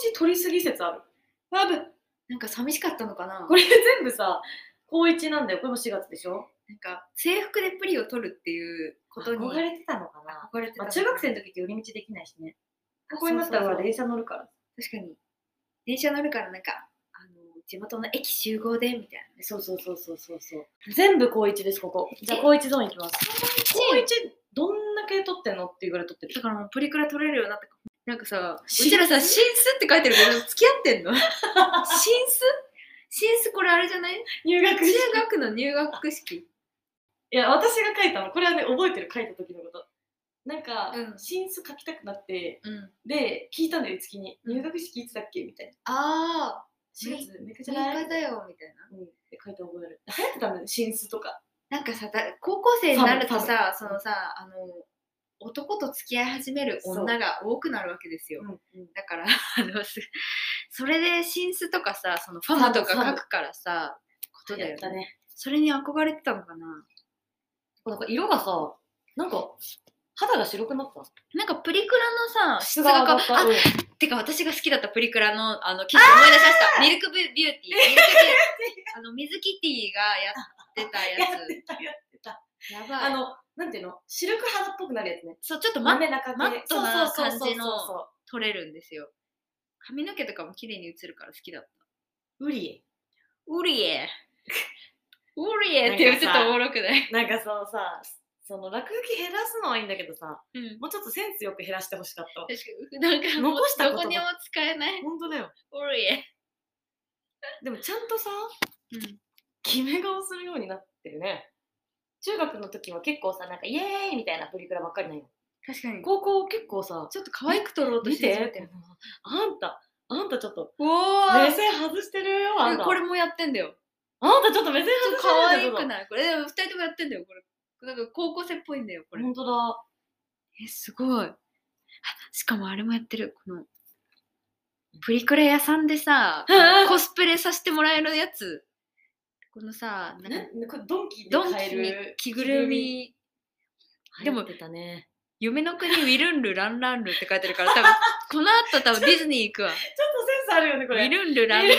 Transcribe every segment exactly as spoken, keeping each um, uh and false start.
ち取りすぎ説ある。 わぶなんか寂しかったのかな。 これ全部さ高いちなんだよ。これもしがつでしょ。 なんか制服でプリを取るっていうことに憧れてたのかな。 憧れてた、 まあ、中学生の時って寄り道できないしね。ここになったら電車乗るから。 確かに電車乗るからなんかあの地元の駅集合でみたいな。 そうそうそうそうそうそう。全部高いちですここ。じゃあ高いちゾーン行きます。高いちどんだけ取ってんのっていうぐらい取ってる。 だからもうプリクラ取れるようになったかも。なんかさ、うちらさ、新スって書いてるけど付き合ってんの？新ス？新スこれあれじゃない？ 入学式。 中学の入学式。 いや私が書いたの。これはね覚えてる、書いた時のこと。なんか、うん、新ス書きたくなって、うん、で聞いたんだよ月に、入学式いつだっけみたいな。 ああ。 しがつめくじゃない？だよみたいな。 うん。って書いた覚える。流行ってたんだよ新スとか。 なんかさ、高校生になるとさ、そのさ、あの男と付き合い始める女が多くなるわけですよ。うんうん、だからあのそれで新スとかさ、そのファムとか書くからさ、ことだよね。ねそれに憧れてたのかな。 なんか色がさ、なんか肌が白くなった。 なんかプリクラのさ質がか、あ、うん、てか私が好きだったプリクラのあの記事思い出しました。ミルクビューティー、ミルクビューティー、あの水キティがやってたやつ。 やってたやってた。 やばい。 あのなんていうの、シルク肌っぽくなるやつね。 そうちょっとマットな感じの取れるんですよ。髪の毛とかも綺麗に映るから好きだった。 ウリエ。 ウリエ。ウリエって言うとちょっとおもろくない？ なんかそうさ。その落書き減らすのはいいんだけどさ、うん、もうちょっとセンスよく減らしてほしかった。 確かになんか残したことどこにも使えない。 本当だよ。 おりえ。 でもちゃんとさ、うん、決め顔するようになってるね。中学の時は結構さ、なんかイエーイみたいなプリクラばっかりないよ。 確かに。 高校結構さ、 ちょっと可愛く撮ろうとして見て。あんた、あんたちょっと目線外してるよ。あんた。 これもやってんだよ。 あんたちょっと目線外してる。 可愛くない？これでもふたりともやってんだよこれ。なんか高校生っぽいんだよこれ。 本当だ。 えすごい。あしかもあれもやってるこのプリクラ屋さんでさコスプレさせてもらえるやつ。このさなんかドンキで買える着ぐるみ。 でも出たね。 夢の国ウィルンルランランルって書いてるから多分この後多分ディズニー行くわ。ちょっとセンスあるよねこれ。 ウィルンルランランル。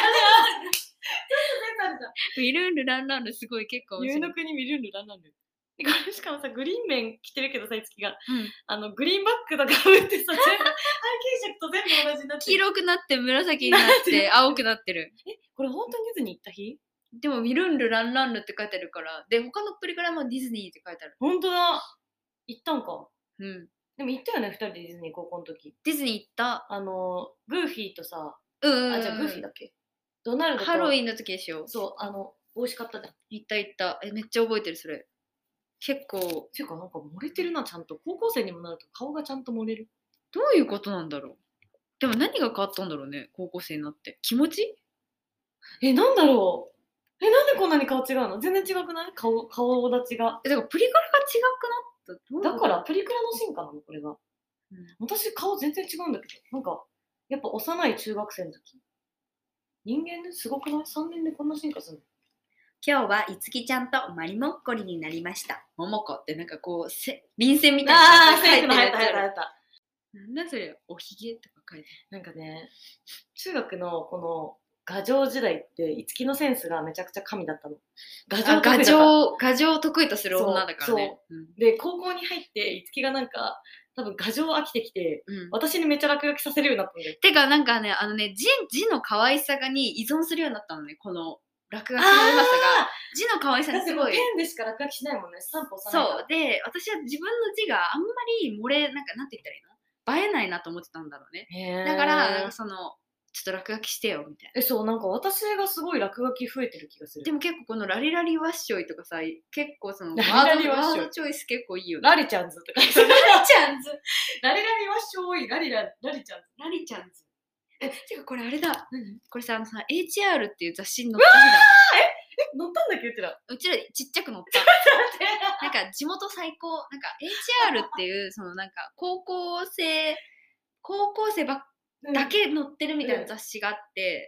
ウィルンルランランルすごい結構夢の国ウィルンルランランル。これしかもさグリーン面着てるけどさいつきが、うん、あのグリーンバックとかぶってさ全部背景色と全部同じになってる。 黄色くなって紫になって青くなってる。 えこれ本当にディズニー行った日？ でもウィルンルランランルって書いてあるからで他のプリクラもディズニーって書いてある。 本当だ。行ったんか。 うん。 でも行ったよねふたりでディズニー高校の時。 ディズニー行った。 あのグーフィーとさ。 うんうんうん。 あじゃあグーフィーだっけ？ドナルドと。 ハロウィンの時でしょ。 そうあの美味しかったじゃん。 行った行った。えめっちゃ覚えてるそれ。結構。 ていうかなんか漏れてるなちゃんと。高校生にもなると顔がちゃんと漏れる。 どういうことなんだろう。でも何が変わったんだろうね高校生になって。気持ち？ えなんだろう。えなんでこんなに顔違うの？全然違くない？顔顔立ちが。 えだからプリクラが違くなった。だからプリクラの進化なのこれが。うん、私顔全然違うんだけどなんかやっぱ幼い中学生の時。人間ねすごくない？さんねんでこんな進化するの？ 今日はいつきちゃんとマリモッコリになりました。ももこってなんかこうせ便箋みたいな感じで書いてるやつ。ああ、入ったなんだそれおひげとか書いてなんかね中学のこの画上時代っていつきのセンスがめちゃくちゃ神だったの。 画上画上画上を得意とする女だからね。 そうそう、うん、で高校に入っていつきがなんか多分画上飽きてきて、うん、私にめっちゃ落書きさせるようになったんだよ。 てかなんかねあのね字字の可愛さがに依存するようになったのねこの落書きのうまさが字の可愛さにすごい。 ペンでしか落書きしないもんね。スタンプ押さないから。そうで私は自分の字があんまり漏れなんかなんて言ったらいいの映えないなと思ってたんだろうね。だからなんかそのちょっと落書きしてよみたいな。 えそうなんか私がすごい落書き増えてる気がする。 でも結構このラリラリワッショイとかさ結構そのワードワードチョイス結構いいよね。 ラリちゃんズとか。ラリちゃんズ。 ラリラリワッショイラリララリちゃんズ。 ラリちゃんズ。えてかこれあれだ。何？これさあのさ エイチアール っていう雑誌に載った日だ。 え乗ったんだっけうちら。 うちらちっちゃく載った。なんか地元最高なんか エイチアール っていうそのなんか高校生高校生ばっだけ載ってるみたいな雑誌があって、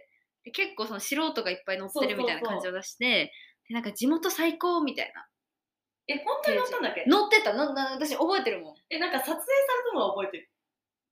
うん、で結構その素人がいっぱい載ってるみたいな感じを出して、でなんか地元最高みたいな。 え本当に載ったんだっけ？ 載ってたなな私覚えてるもん。 えなんか撮影されたのは覚えてる。 え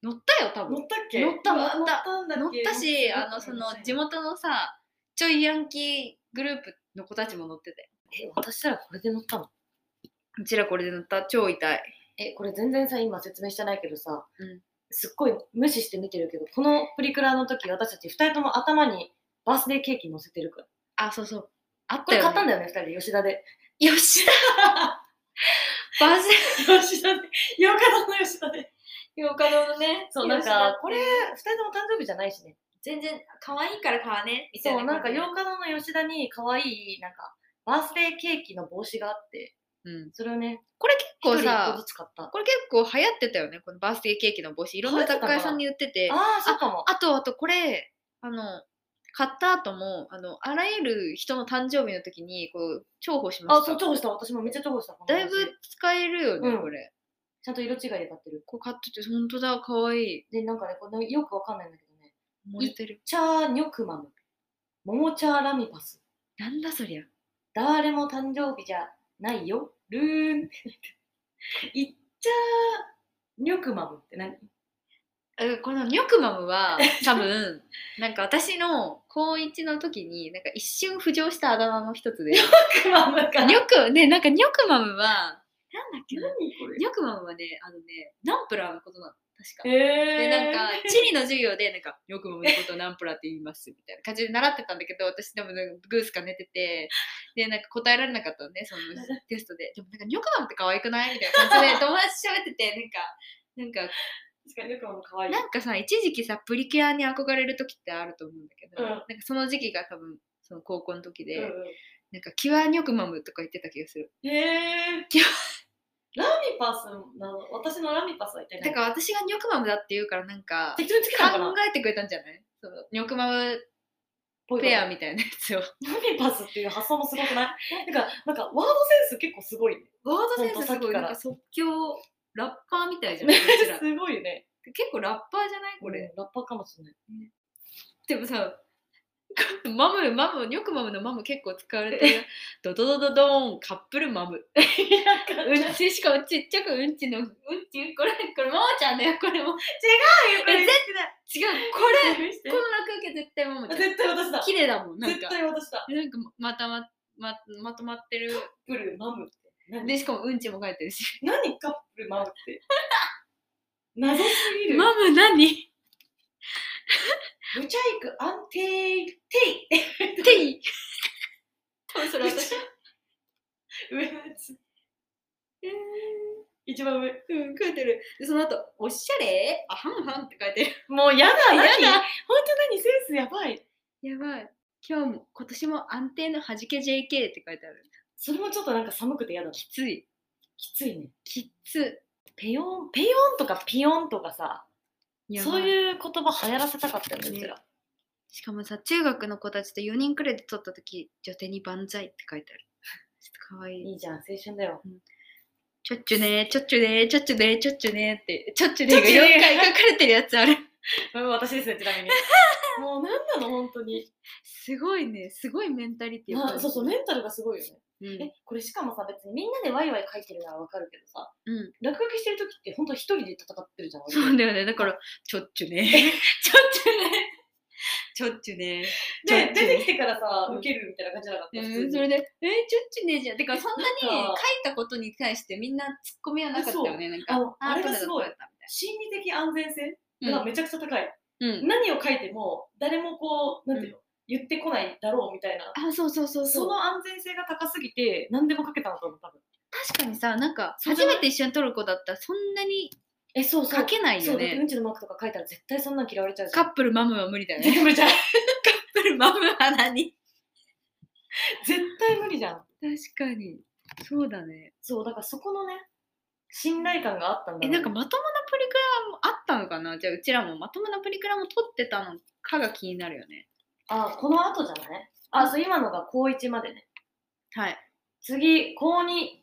乗ったよ多分。 乗ったっけ？ 乗った乗った乗ったんだっけ？ 乗ったし、 乗あのその地元のさちょいヤンキーグループの子たちも乗ってて。 え、私らこれで乗ったの？ うちらこれで乗った。超痛い。 え、これ全然さ今説明してないけどさ、 うん、 すっごい無視して見てるけど、このプリクラの時私たちふたりとも頭にバースデーケーキ乗せてるから。 あ、そうそう。あったこれよ、ね、 買ったんだよね、ふたりで吉田で。 吉田バースデー吉田で。洋華堂の吉田で。 洋華堂のね。 そう、なんかこれふたりとも誕生日じゃないしね。 全然可愛いから買わねみたいな。 そう、なんか洋華堂の吉田に可愛いなんかバースデーケーキの帽子があって、うん、それをね、 これ結構さ、 一人一個ずつ買った。 これ結構流行ってたよね、このバースデーケーキの帽子。いろんな雑貨屋さんに売ってて。 ああ、そうかも。 あと、あとこれ、あの、買った後も、あの、あらゆる人の誕生日の時に、こう、重宝しました。 あ、そう、重宝した。私もめっちゃ重宝した。 だいぶ使えるよね、うん、これ。 ちゃんと色違いで買ってる。 こう買ってて、ほんとだ、かわいい。 で、なんかね、これよくわかんないんだけどね。 漏れてる。 いっちゃーニョクマム。ももちゃーラミパス。 なんだそりゃ。 誰も誕生日じゃないよ。ルーン。いっちゃーニョクマムって何？ このニョクマムは多分なんか私の高いちの時になんか一瞬浮上したあだ名の一つで。 ニョクマムか。 ニョクね、なんかニョクマムはなんだっけな。 何これ？ ニョクマムはね、あのね、ナンプラーのことなの確か。 えー、 でなんか地理の授業でなんかニョクマムのことをナンプラーって言いますみたいな感じで習ってたんだけど、私でもグースか寝てて、でなんか答えられなかったのね、そのテストで。でもなんかニョクマムって可愛くないみたいな感じで友達喋ってて、なんかなんか。 確かにニョクマム可愛い。 なんかさ、一時期さプリキュアに憧れる時ってあると思うんだけど、うん、なんかその時期が多分その高校の時で、うんうん、なんかキュアニョクマムとか言ってた気がする。 へえ。ラミパスなの？私のラミパスは言ってない。 だから私がニョクマムだって言うからなんか適当につけたのかな？ 考えてくれたんじゃない？そのニョクマムペアみたいなやつを。 ラミパスっていう発想もすごくない？なんかなんかワードセンス結構すごい、ね。 ワードセンスすごい。なんか即興ラッパーみたいじゃない？ すごいよね。 結構ラッパーじゃないこれ、 うん、ラッパーかもしれない、 ね、でもさマムマムニョクマムのマム結構使われてるドドドドドーンカップルマムうんちしかもちっちゃくうんちのうんちこれこれママちゃんだよこれも違うよこれ絶対違うこれこの落書き絶対ママちゃん絶対私だ綺麗だもんなんか絶対私だなんかまたまままとまってるカップルマムってでしかもうんちも書いてるし何カップルマムって謎すぎる。 マム何？ ブチャイク安定テイテイ多分それ私上のやつ、えー、一番上、 うん書いてる。でその後おしゃれあはんはんって書いてる。 もうやだやだ。本当何センスやばいやばい。今日も今年も安定のはじけ ジェーケー って書いてある。 それもちょっとなんか寒くてやだ。 きついきついね。 きつ。 ペヨンペヨンとかピヨンとかさ、そういう言葉流行らせたかったよね、うちら。 しかもさ、中学の子たちとよにんくらいで撮った時、女帝に万歳って書いてある。ちょっとかわいい。 いいじゃん、青春だよ。うん、 ちょっちゅねー、ちょっちゅねー、ちょっちゅねー、ちょっちゅねーって、ちょっちゅねーがよんかい書かれてるやつある。 私ですね、ちなみに。もうなんなの、本当に。 すごいね、すごいメンタリティー。 そうそう、メンタルがすごいよね。うん、え、これしかもさ、別にみんなでワイワイ書いてるのはわかるけどさ、うん、落書きしてる時って本当一人で戦ってるじゃん。 そうだよね、だから、ちょっちゅねー、ちょっちゅねー。ちょっちゅねー。で、出てきてからさ、ウケるみたいな感じじゃなかった、 うん、それで、えー、ちょっちゅねーじゃん。てか、そんなに書いたことに対してみんなツッコミはなかったよね。なんか、 あれがすごい。心理的安全性がめちゃくちゃ高い。うん、何を書いても、誰もこう、なんていうの、うん、言ってこないだろうみたいな。 あ、そうそうそうそう。 その安全性が高すぎて、何でも書けたのと思う、多分。 確かにさ、なんか、初めて一緒に撮る子だったら、そんなにえ、そうそう書けないよね。 そう、うんちのマークとか書いたら絶対そんなん嫌われちゃうじゃん。カップルマムは無理だよね。 無理じゃん。カップルマムは何？ 絶対無理じゃん。 確かに。そうだね。 そう、だからそこのね、信頼感があったんだ、 ね。え、なんかまともなプリクラもあったのかな？じゃあうちらもまともなプリクラも撮ってたのかが気になるよね。 あ、この後じゃない？あ、そう、今のが高いちまでね。 はい。 次、高に。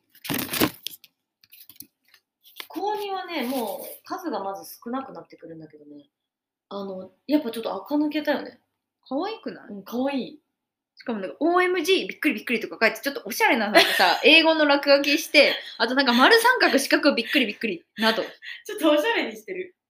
高にはね、もう数がまず少なくなってくるんだけどね。あの、やっぱちょっと垢抜けたよね。 可愛くない？ うん、可愛い。 しかもなんか オーエムジー びっくりびっくりとか書いてちょっとおしゃれななんかさ英語の落書きして、あとなんか丸三角四角びっくりびっくりなどちょっとおしゃれにしてる。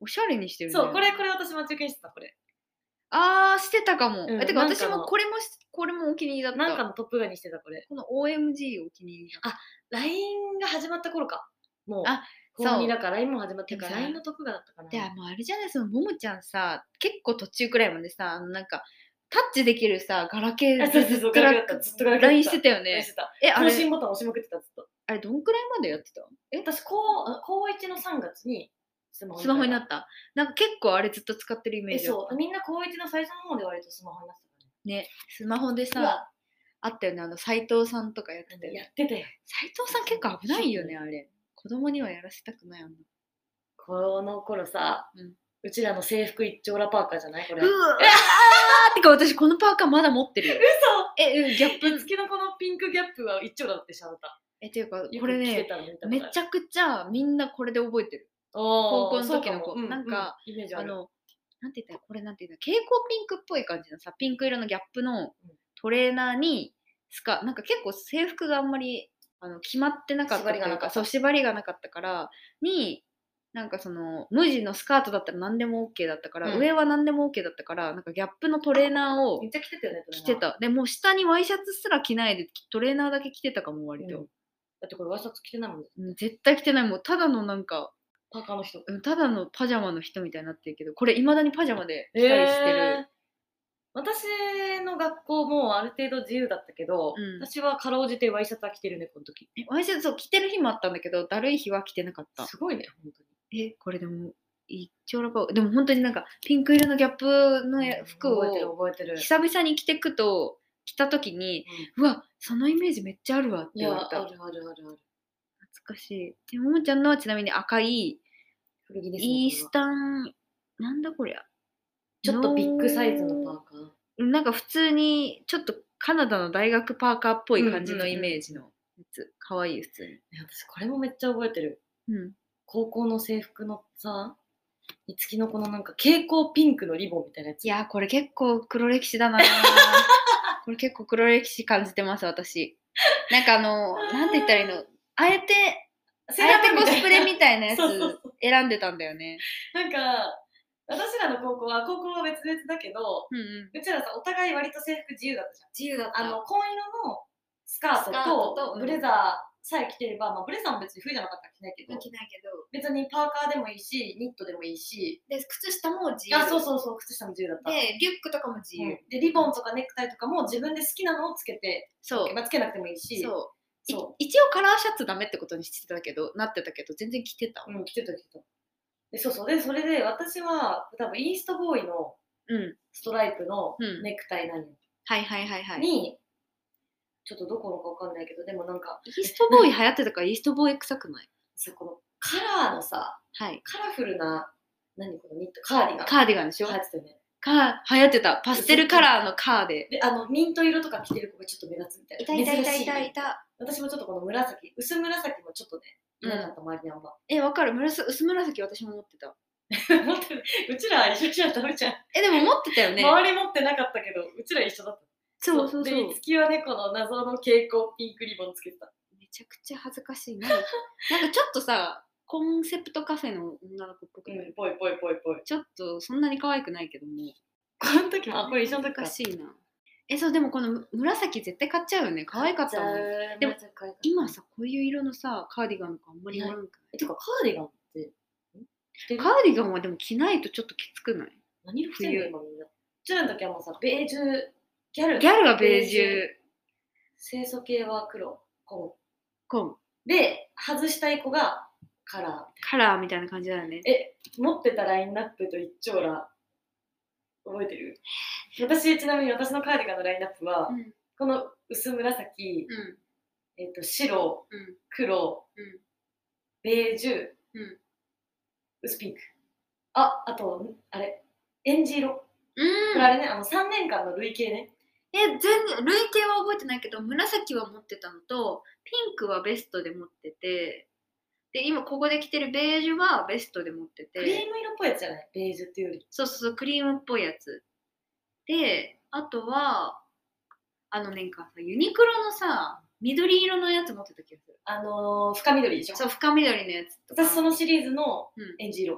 おしゃれにしてるね。 そうこれこれ私待ち受けにしてたこれ。 あーしてたかも。 うんえてかなんかの私もこれもしこれもお気に入りだった。 なんかのトップガンにしてたこれ。 この オーエムジー お気に入りだった。 あ ライン が始まった頃か。もうあ高そうにだから ライン も始まってるからでもさライン のトップガンだったかな。 でもうあれじゃないそのももちゃんさ結構途中くらいまでさあのなんかタッチできるさガラケーあそうそうそうガラケーだったずっとガラケーだったライン してたよね。 ラインしてたえあれ更新ボタン押しまくってたずっと。 あれどんくらいまでやってた？え私高高いちのさんがつにスマホスマホになった。なんか結構あれずっと使ってるイメーえジだった。 そうみんな高いちの最初の方で割とスマホになってたからねスマホでうさわあったよねあの斉藤さんとかやってたよね。やね。 ってて斉藤さん結構危ないよねあれ。子供にはやらせたくないあんな。 この頃さ、 うんうちらの制服一丁羅パーカーじゃないこれ。 うわーてか私このパーカーまだ持ってるよ。 嘘えうんギャップ。 月のこのピンクギャップは一丁羅だってしゃべったえていうかよくこれね着てたの見たことあるめちゃくちゃみんなこれで覚えてる。 高高校の時の子なんか、 イメージあるあのなんて言ったらこれなんて言ったら蛍光ピンクっぽい感じのさピンク色のギャップのトレーナーにスカなんか結構制服があんまりあの決まってなかったというかそう縛りがなかったからになんかその無地のスカートだったら何でも OK だったから、うん、上は何でも OK だったからなんかギャップのトレーナーをめっちゃ着てたよね着てた。でもう下にワイシャツすら着ないでトレーナーだけ着てたかも割と、 うん、だってこれワイシャツ着てないもんね、 うん、絶対着てないもうただのなんかパーカーの人ただのパジャマの人みたいになってるけどこれいまだにパジャマで着たりしてる、 えー、私の学校もある程度自由だったけど、うん、私はかろうじてワイシャツは着てるねこの時。 えワイシャツそう着てる日もあったんだけどだるい日は着てなかった。 すごいね本当に。えこれでも一丁羅パーでも本当になんかピンク色のギャップの服を久々に着てくと着た時に、うん、うわそのイメージめっちゃあるわって言われた。 いやあるあるあるある。 懐かしい。でももちゃんのはちなみに赤い古着ですね、 イースタンなんだこりゃちょっとビッグサイズのパーカーなんか普通にちょっとカナダの大学パーカーっぽい感じのイメージのやつかわいい普通に。 私これもめっちゃ覚えてる、うん、高校の制服のさいつきのこのなんか蛍光ピンクのリボンみたいなやつ。 いやこれ結構黒歴史だなこれ結構黒歴史感じてます私。なんかあのなんて言ったらいいのあえてあえてコスプレみたいなやつ選んでたんだよね。 なんか私らの高校は高校は別々だけど、うんうん、うちらさお互い割と制服自由だったじゃん。 自由だった。 あの紺色のスカート と, とブレザーさえ着てれば、うんまあ、ブレザーも別に冬じゃなかったら着ないけど、 着ないけど別にパーカーでもいいしニットでもいいしで靴下も自由。 あそうそうそう靴下も自由だった。 でリュックとかも自由、うん、 でリボンとかネクタイとかも自分で好きなのをつけてそう、まあ、つけなくてもいいしそうそう一応カラーシャツダメってことにしてたけどなってたけど全然着てた。 うん着てた着てた。でそうそうでそれで私は多分イーストボーイのストライプのネクタイなんよ、うん、 はいはいはいはいにちょっとどこのかわかんないけどでもなんかイーストボーイ流行ってたからイーストボーイ臭くない？ さこのカラーのさ、はい、カラフルな何このニットカーディガンカーディガンでしょ？ 流行ってたよね。 か流行ってたパステルカラーのカーでであのミント色とか着てる子がちょっと目立つみたいな。 いたいたいたいたいた。 私もちょっとこの紫薄紫もちょっとねいなかった、周りにあんま。 えわかる紫薄紫私も持ってた。 持ってるうちら一緒じゃダメじゃん。 えでも持ってたよね。 周り持ってなかったけどうちら一緒だった。 そうそうそう。 でいつきはねこの謎の蛍光ピンクリボンつけてた。 めちゃくちゃ恥ずかしいな。なんかちょっとさコンセプトカフェの女の子っぽくない？ うん、ぽいぽいぽいぽい。 ちょっとそんなに可愛くないけども。 この時もあこれ一緒の時か。 恥ずかしいな。えそうでもこの紫絶対買っちゃうよね。可愛かったもん。でも今さこういう色のさカーディガンとかあんまりおらんくない？ えてかカーディガンってカーディガンはでも着ないとちょっときつくない？ 何色着てんの今みんな。うちらの時はもうさベージュギャルギャルはベージュ清楚系は黒紺紺で外したい子がカラーカラーみたいな感じだよね。 え持ってたラインナップと一丁羅覚えてる？私ちなみに私のカーディガンのラインナップは、うん、この薄紫、うんえー、と白、うん、黒、うん、ベージュ、うん、薄ピンクああとあれエンジ色、うん、これあれねあのさんねんかんの累計ね。 え全然累計は覚えてないけど紫は持ってたのとピンクはベストで持っててで今ここで着てるベージュはベストで持っててクリーム色っぽいやつじゃない？ベージュっていうよりそうそうそうクリームっぽいやつであとはあのねんかさユニクロのさ緑色のやつ持ってた気がする。 あのー、深緑でしょ？ そう深緑のやつとか私そのシリーズのエンジ色、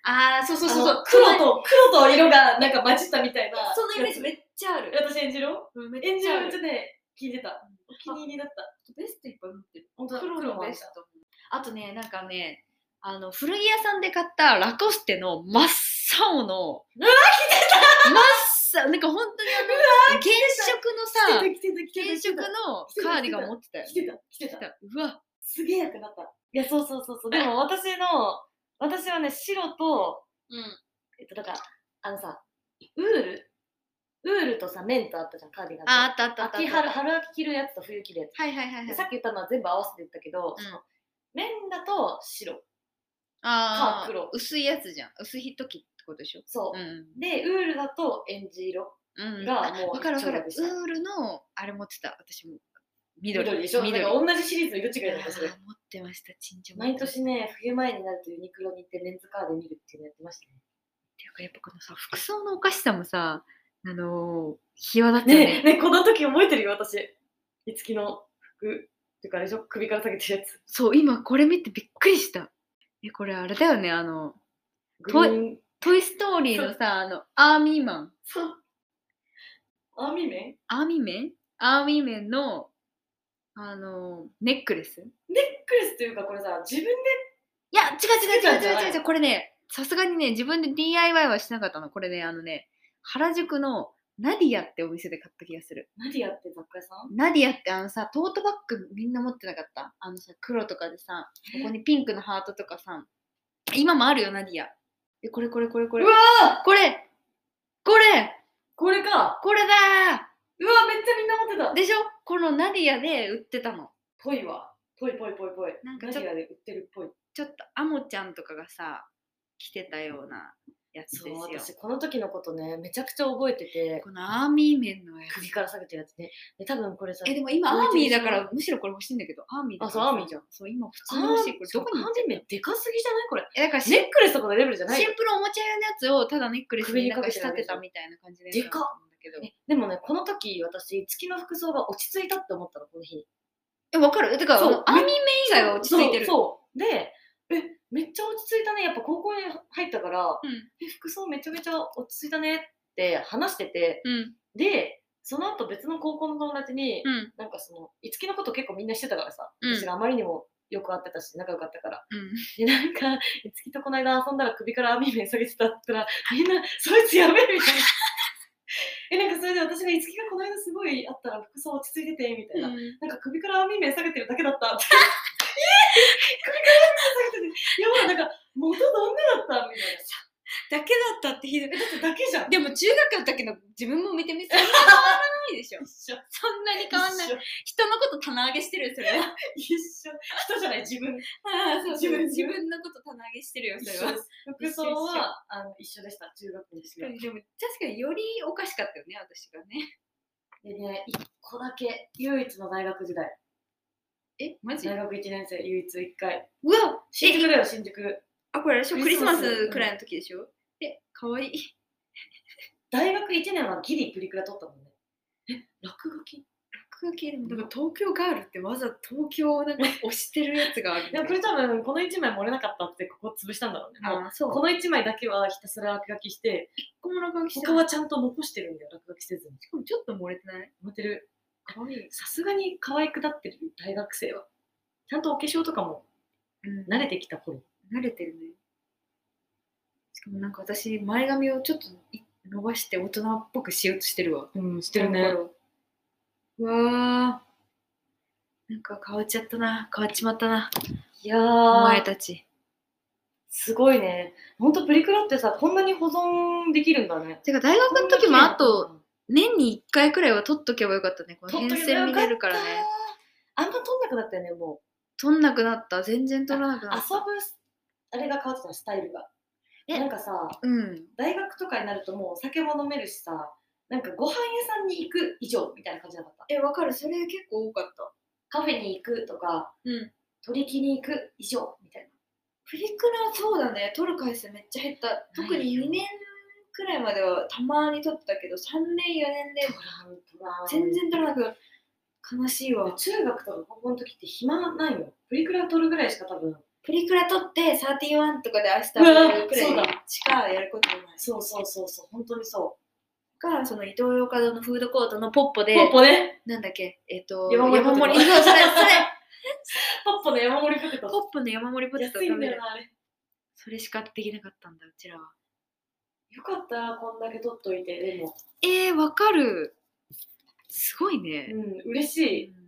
ああ、そうそうそうそう。 黒と、黒と色がなんか混じったみたいな。 そのイメージめっちゃある。 私、演じろ演じろめっちゃね、聞いてた。お気に入りだった。 ベストいっぱい持ってる。 本当だ、 黒のベスト。あとね、なんかね、あの、古着屋さんで買ったラコステの真っ青の、 うわ、着てた真っ青、なんか本当にあの、原色のさ、原色のカーディガン持ってたよ。 着てた、着てた。 うわ、 すげえ役だった。いや、そうそうそうそう。でも私の、私はね、白と、 うん。 えっと、だから、あのさ、ウールウールとさ、綿とあったじゃん、カーディガン。 あ、あったあったあった。 秋春、春秋着るやつと冬着るやつ。 はいはいはいはい。 さっき言ったのは全部合わせて言ったけど、その綿だと白。 ああ、黒。薄いやつじゃん。薄い時ってことでしょ。 そう。で、ウールだとエンジ色がもう。 わかるわかる。ウールのあれ持ってた、私も。 緑でしょ。なんか同じシリーズの色違いだったそれ。 持ってました、ちんちゃん。 毎年ね、冬前になるとユニクロに行ってメンズカーで見るっていうのやってましたね。 っていうかやっぱこのさ、服装のおかしさもさ、あのー、際立つよね。 ね、ね、この時覚えてるよ、私。いつきの服。っていうかあれでしょ、首から下げてるやつ。 そう、今これ見てびっくりした。え、これあれだよね、あの、トイ、トイストーリーのさ、あの、アーミーマン。 そう。アーミーメンアーミーメンアーミーメンの、あの、ネックレスネックレスっていうかこれさ、自分で。 いや、違う違う違う違う違う違う、これね、さすがにね、自分で ディーアイワイ はしなかったの。これね、あのね、原宿のナディアってお店で買った気がする。 ナディアって雑貨屋さん？ ナディアってあのさ、トートバッグみんな持ってなかった？あのさ、黒とかでさ、ここにピンクのハートとかさ、今もあるよ、ナディア。え、これこれこれこれ。 うわーこれこれこれかこれだー。 うわ、めっちゃみんな持ってた。 でしょ？このナディアで売ってたの。 ぽいわ。ぽいぽいぽいぽい。 なんかナディアで売ってるっぽい。 ちょっとアモちゃんとかがさ、着てたようなやつですよ。 そう、私この時のことね、めちゃくちゃ覚えてて。 このアーミー面のやつ。 首から下げてるやつね。で、多分これさ。 え、でも今アーミーだからむしろこれ欲しいんだけど、アーミーだから。あ、そう、アーミーじゃん。 そう、今普通に欲しい。これどこにアーミー面でかすぎじゃないこれ。 え、だからネックレスとかのレベルじゃない。 シンプルおもちゃ用のやつをただネックレスになんか仕立てたみたいな感じで。 でかっ。でもね、この時私、月の服装が落ち着いたって思ったの、この日。 え、わかる？てか、アーミー面以外は落ち着いてる。 そう。で、え、めっちゃ落ち着いたね。やっぱ高校に入ったから、 うん、 え、服装めちゃめちゃ落ち着いたねって話してて、 うん、で、 その後別の高校の友達に、うん、なんかその、いつきのこと結構みんなしてたからさ、うん、私があまりにもよく会ってたし、仲良かったから。うん、で、なんか、いつきとこの間遊んだら首から網面下げてたって言ったら、みんな、そいつやべえみたいな。え、なんかそれで私がいつきがこの間すごいあったら服装落ち着いててみたいな、うん、なんか首から網面下げてるだけだったってえー、首から網面下げてて、やばい、なんか元どんなだったみたいな。 だけだったってひどい。 だってだけじゃん。 でも中学の時の自分も見てみてそんな変わらないでしょ。一緒。そんなに変わんない。人のこと棚上げしてるよそれは。 一緒。人じゃない自分。 ああそうそう。自分自分のこと棚上げしてるよそれは。 服装はあの一緒でした中学の時は。 でも確かによりおかしかったよね私がね。 でね一個だけ唯一の大学時代。 えマジ？ 大学一年生唯一一回。 うわ新宿だよ新宿。 あこれクリスマスくらいの時でしょ。え、かわいい。 大学いちねんはギリプリクラ撮ったもんね。え、落書き落書きでも、だから東京ガールってわざ東京をなんか押してるやつがある。 でもこれ多分このいちまい漏れなかったってここ潰したんだろうね。もうそうこのいちまいだけはひたすら落書きして、 いっこも落書きして他はちゃんと残してるんだよ、落書きせずに。 しかもちょっと漏れてない？ 漏れてる。かわいい。さすがに可愛くなってる大学生は。ちゃんとお化粧とかも慣れてきた頃。 うん、慣れてるね。しかもなんか私前髪をちょっと伸ばして大人っぽくしようとしてるわ。 うん、してるね。 うわーなんか変わっちゃったな、変わっちまったな。 いやーお前たちすごいね。ほんとプリクラってさこんなに保存できるんだね。 てか大学の時もあと年にいっかいくらいは撮っとけばよかったね。この変遷見れるからね。 あんま撮んなくなったよねもう。 撮んなくなった。全然撮らなくなった。 遊ぶあれが変わってたスタイルが。なんかさ、うん、大学とかになるともうお酒も飲めるしさ、なんかご飯屋さんに行く以上みたいな感じなかった。 え、わかる。それ結構多かった。 カフェに行くとか、うん、取り木に行く以上みたいな。 プリクラそうだね。撮る回数めっちゃ減った。特ににねんくらいまではたまに撮ってたけど、さんねんよねんで全然撮らなくなった。悲しいわ。 中学とか高校の時って暇ないよ。プリクラ撮るぐらいしか多分プリクラ撮ってサーティワンとかでアイス食べるくらそうだいしかやることない。 そうそうそうそう、本当にそう。 が、そのイトーヨーカドーのフードコートのポッポで、 ポッポね。 なんだっけ、えっ、ー、と、 山盛りポテト。 そう、それ、それ。 ポッポの山盛りポテト。 ポッポの山盛りポテト食べる。 安いんだよな、あれ。 それしかできなかったんだ、うちらは。 よかった、こんだけ取っといて、でも。 えー、わかる。すごいね。 うん、嬉しい。うん、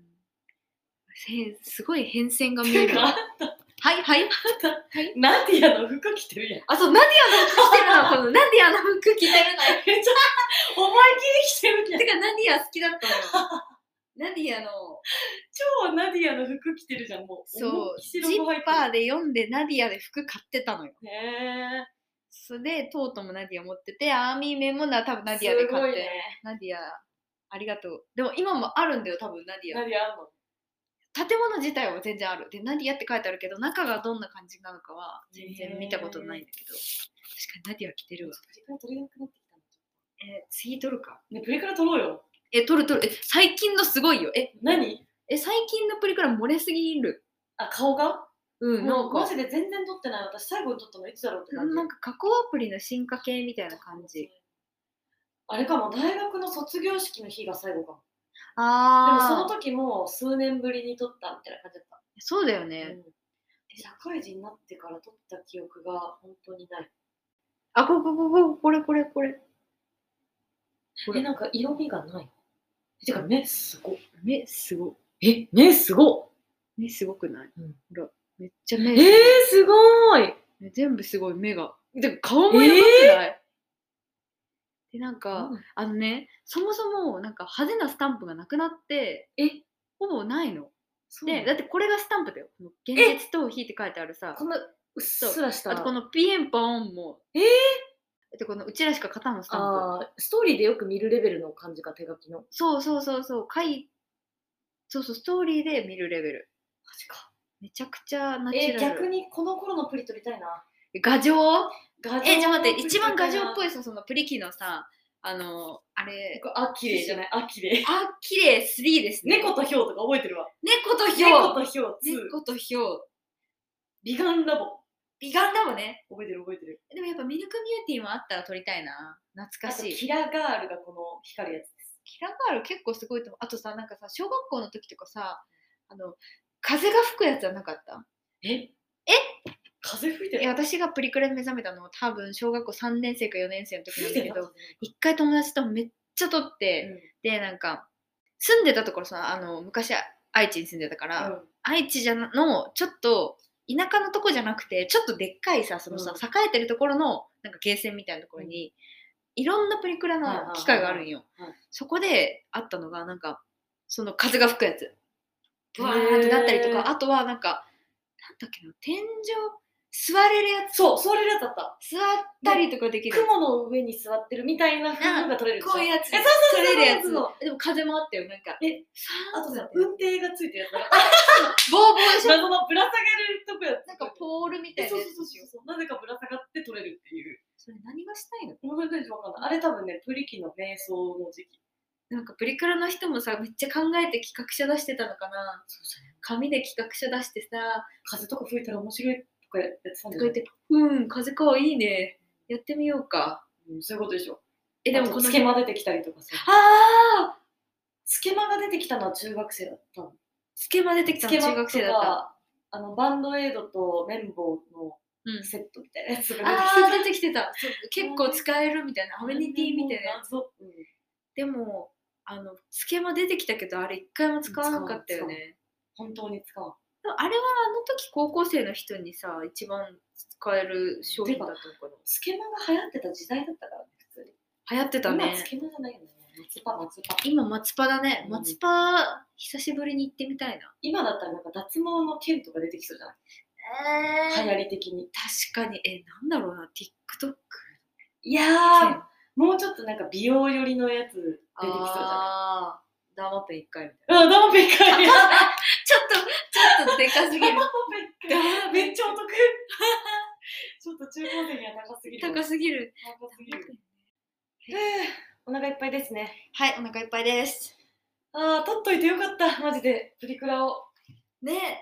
すごい変遷が見える。はいはい。 ナディアの服着てるやん。 あ、そう、ナディアの服着てるの。このナディアの服着てるの。 めっちゃ思い切り着てるやん。 てか、ナディア好きだったのよ。ナディアの。 超ナディアの服着てるじゃん、もう。 そう。ジッパーで読んでナディアで服買ってたのよ。 へー。 それで、トートもナディア持ってて、アーミーメンもな多分ナディアで買って。 ね、 ナディア、ありがとう。でも今もあるんだよ、多分ナディア。 ナディアあるの？ 建物自体は全然ある。で、ナディアって書いてあるけど、中がどんな感じなのかは全然見たことないんだけど、確かにナディア着てるわ。 プリクラ撮れなくなってきたの。 えー、次撮るか。 ね、プリクラ撮ろうよ。 え、撮る撮る。え、最近のすごいよ。え、 何？ え、最近のプリクラ漏れすぎる。 あ、顔が？ うん、なんか。 マジで全然撮ってない。私最後に撮ったのいつだろうって感じ。 なんか加工アプリの進化系みたいな感じ。 あれかも、大学の卒業式の日が最後かも。 あでもその時も数年ぶりに撮ったみたいな感じだった。 そうだよね、 うん、社会人になってから撮った記憶が本当にない。 あ、こここここれこれこれこれなんか色味がない。てか目すご。 目すご。 え、目すご。 目すごくない？ うん、 ほら、めっちゃ目すごい。えー、すごい。 全部すごい、目が。で顔もやばくない？えー、でなんか、うん、あのね、そもそもなんか派手なスタンプがなくなって、え、ほぼないの。で、だってこれがスタンプだよ。現実逃避って書いてあるさ。 こんなうっすらした。 あとこのピエンポンも。 えー、 でこのうちらしか勝たんのスタンプ。 あ、ストーリーでよく見るレベルの感じか、手書きの。 そうそうそうそう。書いそうそう、ストーリーで見るレベル。 マジか。 めちゃくちゃナチュラル。 えー、逆にこの頃のプリ撮りたいな。 画像？ 画像え、じゃあ待って、一番画像っぽいさ、そのプリキのさ、あの、あれ。 あ、綺麗じゃない？あ、綺麗。 あ、綺麗スリーですね。 猫とヒョウとか覚えてるわ。 猫とヒョウ。 猫とヒョウツー。 猫とヒョウ。 美顔ラボ。 美顔ラボね。 覚えてる覚えてる。 でもやっぱミルクミューティーもあったら撮りたいな。懐かしい。 キラガールがこの光るやつです。 キラガール結構すごいと思う。あとさ、なんかさ、小学校の時とかさ、あの、風が吹くやつはなかった？ ええ風吹いてる？ え、私がプリクラで目覚めたのは多分小学校さんねん生かよねん生の時なんだけど、一回友達とめっちゃ撮って、うん、で、なんか、住んでたところさ、あの、昔愛知に住んでたから、うん、愛知じゃの、ちょっと、田舎のとこじゃなくて、ちょっとでっかいさ、そのさ、うん、栄えてるところの、なんかゲーセンみたいなところに、うん、いろんなプリクラの機械があるんよ。そこであったのが、なんか、その風が吹くやつ。ブワーってなったりとか、あとはなんか、なんだっけな、天井、座れるやつ。 そう、座れるやつだった。 座ったりとかできる。 雲の上に座ってるみたいな風が撮れる。 こういうやつ。 え、そうそう撮れるやつ。でも風もあったよ、なんか。 え、あとさ、運転がついてるやつだ。 ボーボーでしょ。 謎のぶら下がるとこやつ。 なんかポールみたいな。 そうそうそうそう。なぜかぶら下がって撮れるっていう。 それ何がしたいの？ もう全然わかんない。あれ多分ね、プリキの瞑想の時期。 なんかプリクラの人もさ、めっちゃ考えて企画書出してたのかな。そうそう、紙で企画書出してさ、 風とか吹いたら面白いとかやってたんだよ。 とか言って、うん、風かいいね。やってみようか。 うん、そういうことでしょ。 え、でもこのスケマ出てきたりとかさ。 ああスケマが出てきたのは中学生だったの。 スケマ出てきたのは中学生だった。 あの、バンドエイドと綿棒のセットみたいなやつが出てきてた。ああ、出てきてた。結構使えるみたいな。アメニティみたいなやつ。うん、でも、あの、スケマ出てきたけど、あれ一回も使わなかったよね。 本当に使う。 あれはあの時高校生の人にさ、一番使える商品だったのかな。 スケマが流行ってた時代だったからね、普通に。 流行ってたね。 今スケマじゃないよね。松パ、松パ。 今松パだね。松パ、久しぶりに行ってみたいな。 今だったらなんか脱毛の剣とか出てきそうじゃない？えー、流行り的に。 確かに。え、なんだろうな、TikTok。 いやー、もうちょっとなんか美容寄りのやつ出てきそうじゃない？ あー。ダーマペンいっかいみたいな。 あ、ダーマペンいっかい。ちょっと、ちょっとでかすぎる。 ダーマペンいっかい。めっちゃお得。ちょっと中高生には高すぎる。 高すぎる。 高すぎる。お腹いっぱいですね。 はい、お腹いっぱいです。 あー、撮っといてよかった。マジで。プリクラを。 ねえ。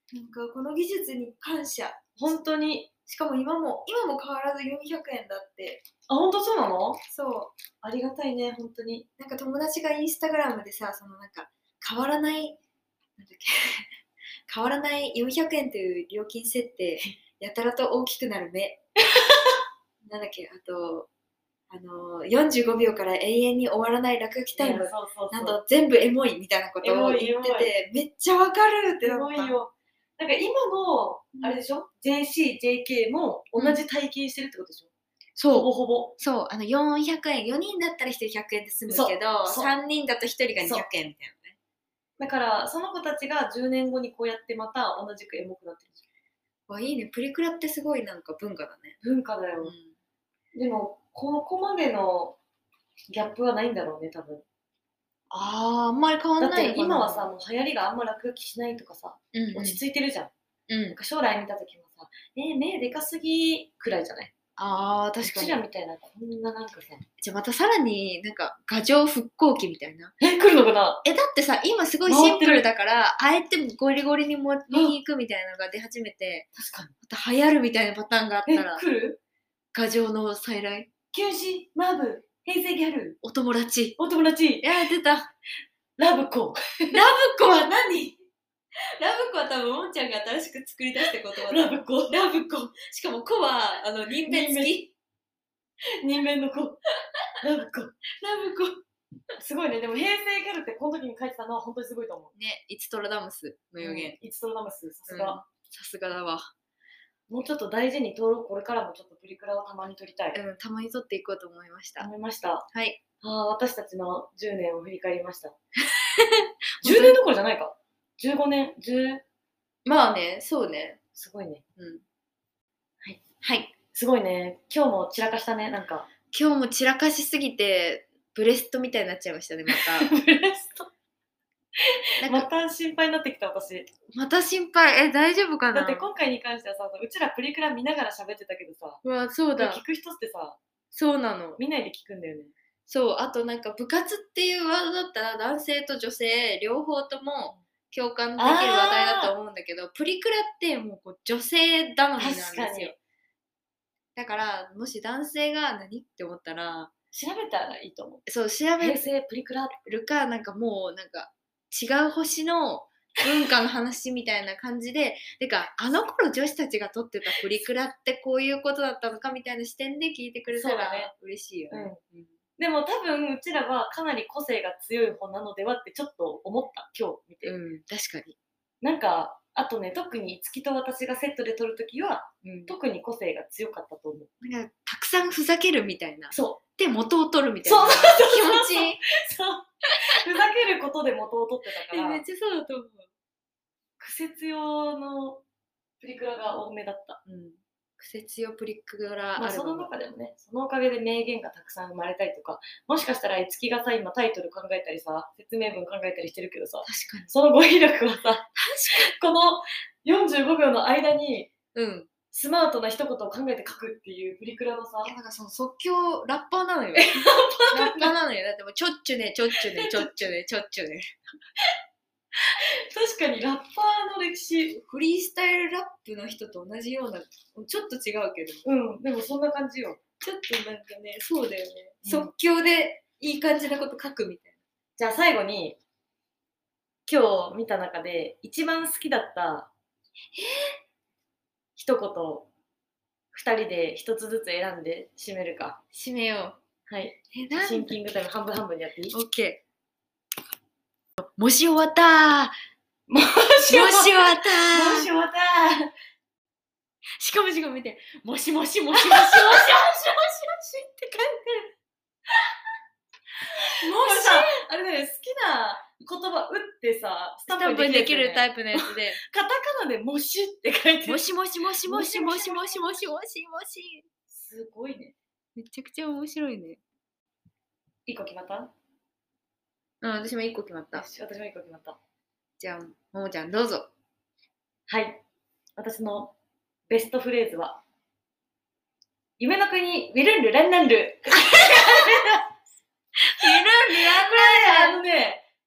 なんかこの技術に感謝。 本当に。 しかも今も今も変わらずよんひゃくえんだって。 あ、本当そうなの？ そう。 ありがたいね、本当に。 なんか友達がインスタグラムでさ、そのなんか変わらない、なんだっけ変わらないよんひゃくえんという料金設定、やたらと大きくなる目。なんだっけ、あと、あのー、よんじゅうごびょうから永遠に終わらない落書きタイム、 そうそうそう、 なんと全部エモいみたいなことを言ってて、めっちゃわかるってなった。エモいよ。 なんか今の、あれでしょ、うん、ジェーシー、ジェーケー も同じ体験してるってことでしょ、うん、そう。ほぼほぼ。そう、あのよんひゃくえん、よにんだったらひとりひゃくえんで済むけど、さんにんだとひとりがにひゃくえんみたいなね。だから、その子たちがじゅうねんごにこうやってまた同じくエモくなってる。 わ、いいね。プリクラってすごいなんか文化だね。 文化だよ。うん、でも、ここまでのギャップはないんだろうね、多分。 あー、あんまり変わんないのかな。 だって今はさ、もう流行りがあんま落書きしないとかさ、うんうん、落ち着いてるじゃん。うん、なんか将来見た時もさ、えー、目でかすぎくらいじゃない？ あー、確かに。 うちらみたいな、こんななんかさ。 じゃあまたさらになんか画像復興期みたいな。 え、来るのかな？ え、だってさ、今すごいシンプルだから、あえてゴリゴリに盛りに行くみたいなのが出始めて、 確かに。 また流行るみたいなパターンがあったら。 え、来る？ 画像の再来。 休止、マブ、平成ギャル。 お友達。 お友達。 いや、出た。 ラブコ。 ラブコは何？ラブコは多分もんちゃんが新しく作り出した言葉だ。 ラブコ。 ラブコ。しかもコはあの人弁付き。 人弁の子。ラブコ。 ラブコ。 すごいね。でも平成ギャルってこの時に書いてたのは本当にすごいと思う。 ね、イツトラダムスの予言。 うん、イツトラダムス、さすが。 さすがだわ。 もうちょっと大事に撮ろう。これからもちょっとプリクラをたまに撮りたい。 うん、たまに撮っていこうと思いました。 思いました。 はい。 ああ、私たちのじゅうねんを振り返りました。じゅうねんどころじゃないか。じゅうごねん、じゅうまあね、そうね。 すごいね。 うん。 はい。 はい。 すごいね。今日も散らかしたね、なんか。 今日も散らかしすぎて、ブレストみたいになっちゃいましたね、また。 ブレストまた心配になってきた、私。 また心配。え、大丈夫かな？ だって今回に関してはさ、うちらプリクラ見ながら喋ってたけどさ。 うわ、そうだ。 聞く人ってさ、 そうなの。 見ないで聞くんだよね。 そう、あとなんか部活っていうワードだったら男性と女性両方とも共感できる話題だと思うんだけど、プリクラってもうこう女性頼みなんですよ。だからもし男性が何って思ったら調べたらいいと思う。 そう、調べ平成プリクラるか、なんかもうなんか違う星の文化の話みたいな感じで、てかあの頃女子たちが撮ってたプリクラってこういうことだったのかみたいな視点で聞いてくれたら嬉しいよね。 うんうん、でも多分うちらはかなり個性が強い方なのではってちょっと思った今日見て。 うん、確かに。 なんかあとね、特に月と私がセットで撮るときは、うん、特に個性が強かったと思う。 なんかたくさんふざけるみたいな。 そう。 で元を取るみたいな気持ち。 そう。ふざけることで元を取ってたから。 めっちゃそうだと思う。 癖強のプリクラが多めだった。 うん。癖強プリクラ。 まあその中でもね、そのおかげで名言がたくさん生まれたりとか、もしかしたらいつきがさ、今タイトル考えたりさ、説明文考えたりしてるけどさ、 確かに。 その語彙力はさ、このよんじゅうごびょうの間に、うん。スマートな一言を考えて書くっていうプリクラのさ。 いや、なんかその即興ラッパーなのよ。ラッパーなのよ。だってもうちょっちゅね、ちょっちゅね、ちょっちゅね、ちょっちゅね。 確かにラッパーの歴史。 フリースタイルラップの人と同じような、ちょっと違うけど。 うん、でもそんな感じよ。 ちょっとなんかね、そうだよね。うん、即興でいい感じなこと書くみたいな。 じゃあ最後に、今日見た中で一番好きだった、一言、二人で一つずつ選んで締めるか。 締めよう。はい。 え、なんシンキングタイム半分半分でやっていい？ オッケー。もし終わったー。 もし終わったー。 もし終わったー。しかもしかも見て、もしもしもしもしもしもしもしもしって書いてる。 もしさ、あれだよ、好きな言葉打ってさ、 スタンプにできるタイプのやつで、 カタカナでもしって書いてる。 もしもしもしもしもしもしもしもしもし。 すごいね。 めちゃくちゃ面白いね。 一個決まった？ うん、私も一個決まった。 私も一個決まった。 じゃあ、ももちゃんどうぞ。 はい。私のベストフレーズは、夢の国、ウィルンルランランル。ウィルンルランランル。あのね、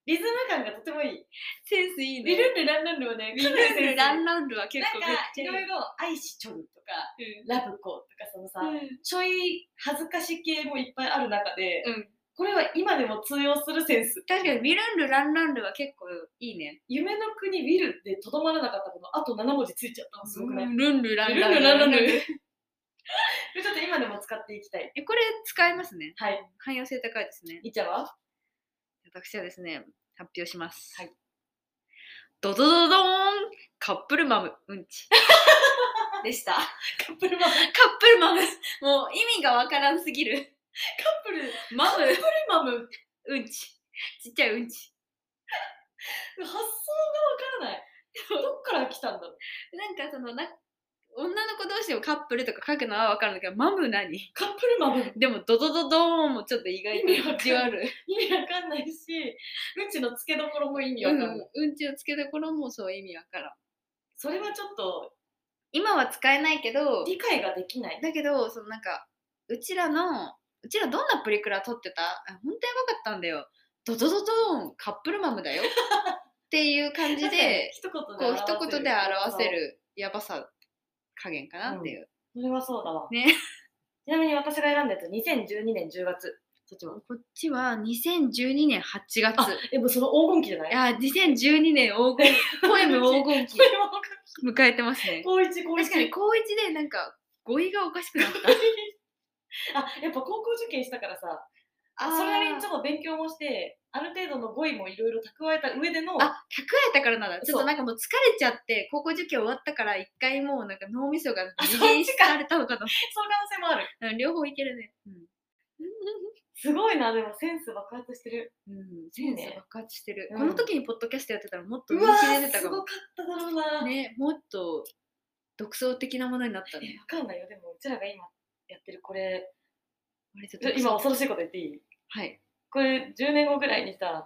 リズム感がとてもいい。 センスいいね。 ウィルンルランランルはね、 ウィルンルランランルは結構なんかめっちゃいい。 いろいろ愛しちょるとか、 うん、 ラブコとかそのさ、 うん、 ちょい恥ずかし系もいっぱいある中で、 うん、 これは今でも通用するセンス。 確かにウィルンルランランルは結構いいね。 夢の国ウィルでとどまらなかったこのあとなな文字ついちゃったのすごくない？ ルンルランランル。 ルンルランランル。ちょっと今でも使っていきたい。 え、これ使えますね。 はい。 汎用性高いですね。 いっちゃんは？ 私はですね、発表します。 はい。 ドドドドーンカップルマムうんちでした。 カップルマム。カッカップルマムもう意味がわからんすぎる。 プルマムカップルマム。 うんち。ちっちゃいうんち。 発想がわからない。どっから来たんだろう。 なんかそのな女の子同士をカップルとか書くのはわかるんだけど、マム何？ カップルマム。 でもドドドドーンもちょっと意外と意地悪。 意味わかんないし、うんちのつけどころも意味わかんない。 うん、うんちをつけどころもそう意味わからん。 それはちょっと今は使えないけど、 理解ができない。 だけどそのなんかうちらのうちらどんなプリクラ撮ってた？あ、本当やばかったんだよ。ドドドドーンカップルマムだよっていう感じで一言でこう一言で表せるやばさ加減かなっていう、 うん、それはそうだわね。 ちなみに私が選んだやつにせんじゅうにねんじゅうがつ。そっちは？ こっちはにせんじゅうにねんはちがつ。 あ、でもその黄金期じゃない？ いやにせんじゅうにねん黄金ポエム黄金期迎えてますね。 高一高一。 確かに高一でなんか語彙がおかしくなったあ、やっぱ高校受験したからさ、あ、それなりにちょっと勉強もしてある程度の語彙もいろいろ蓄えた上での、 あ、蓄えたからなんだ。ちょっとなんかもう疲れちゃって高校受験終わったから一回もうなんか脳みそが次元されたのかな。 その可能性もある。 うん、両方いけるね。うん、 すごいな。でもセンス爆発してる。 うん、センス爆発してる、 うん、 この時にポッドキャストやってたらもっと人気出てたかも。 すごかっただろうな。 ね、もっと独創的なものになったね。 わかんないよ。でもうちらが今やってるこれ、 あれちょっと今恐ろしいこと言っていい？ はい。 これじゅうねんごぐらいにさ、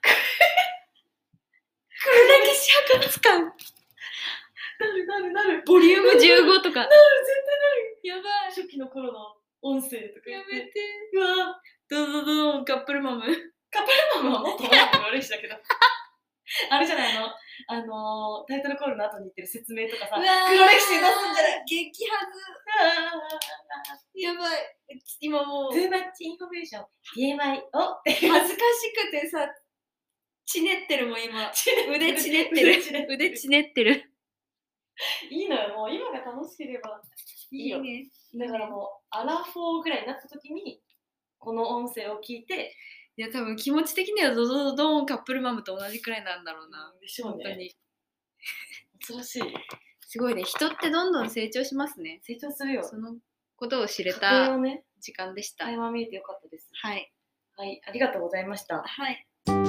黒歴史博物館なるなるなる。 ボリュームじゅうごとか。 なる、絶対なる。 やばい。 初期の頃の音声とかやめて。 うわドドドンカップルマム。 カップルマムはもっと前の悪いしだけど。あれじゃないの？あのー、タイトルコールの後に言ってる説明とかさ、黒歴史に出すんじゃない？ 激ハズ。やばい。今もう。 Too much information。ティーエムアイ を。 恥ずかしくてさ、ちねってるもん今。腕ちねってる。腕ちねってる。 いいのよ、もう今が楽しければいいよ。いいね。だからもう、アラフォーぐらいになった時に、この音声を聞いて、 いや、多分気持ち的にはドドドドーンカップルマムと同じくらいなんだろうな。 でしょうね。本当に。恐ろしい。 すごいね。人ってどんどん成長しますね。 成長するよ。 そのことを知れた時間でした。 会話見えてよかったです。 はい。 はい、ありがとうございました。 はい。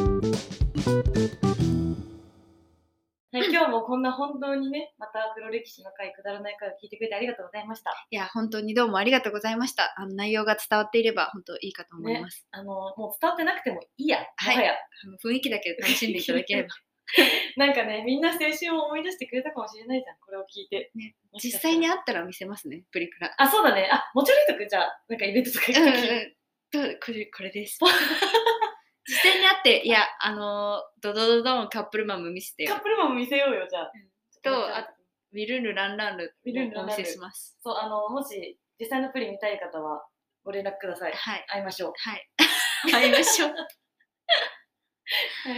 はい、今日もこんな本当にね、また黒歴史の回、くだらない回を聞いてくれてありがとうございました。 いや、本当にどうもありがとうございました。あの内容が伝わっていれば本当いいかと思います。 ね、あのもう伝わってなくてもいいや。 はい。 もはやあの雰囲気だけで楽しんでいただければ。 なんかね、みんな青春を思い出してくれたかもしれないじゃん、これを聞いて。 ね、実際に会ったら見せますね、プリクラ。 あ、そうだね。あ、もちろんいとくじゃあ、なんかイベントとか行くとき。 うんうん、これ、これです。実際に会って、いや、あのー、ドドドドンカップルマム見せてよ。 カップルマム見せようよ、じゃあ。うん、 と、あウィルンルランランルをお見せします。 そう、あの、もし実際のプリ見たい方はご連絡ください。 はい。 会いましょう。 はい。会いましょう。はい。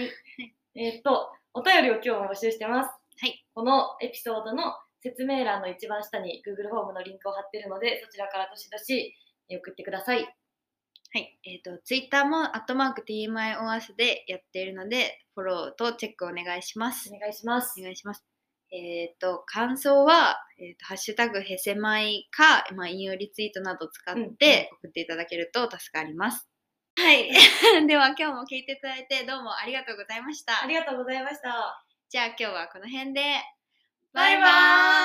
えー、っと、お便りを今日も募集してます。 はい。 このエピソードの説明欄の一番下に Google フォームのリンクを貼ってるので、そちらからどしどし送ってください。 はい、えっと、ツイッターも、アットマーク ティーエムアイ オンアースでやっているので、フォローとチェックお願いします。 お願いします。 お願いします。えっと、感想は、えーと、ハッシュタグへせまいか、まあ、引用リツイートなど使って送っていただけると助かります。うん、はい。では、今日も聞いていただいてどうもありがとうございました。 ありがとうございました。 じゃあ、今日はこの辺で、 バイバーイ。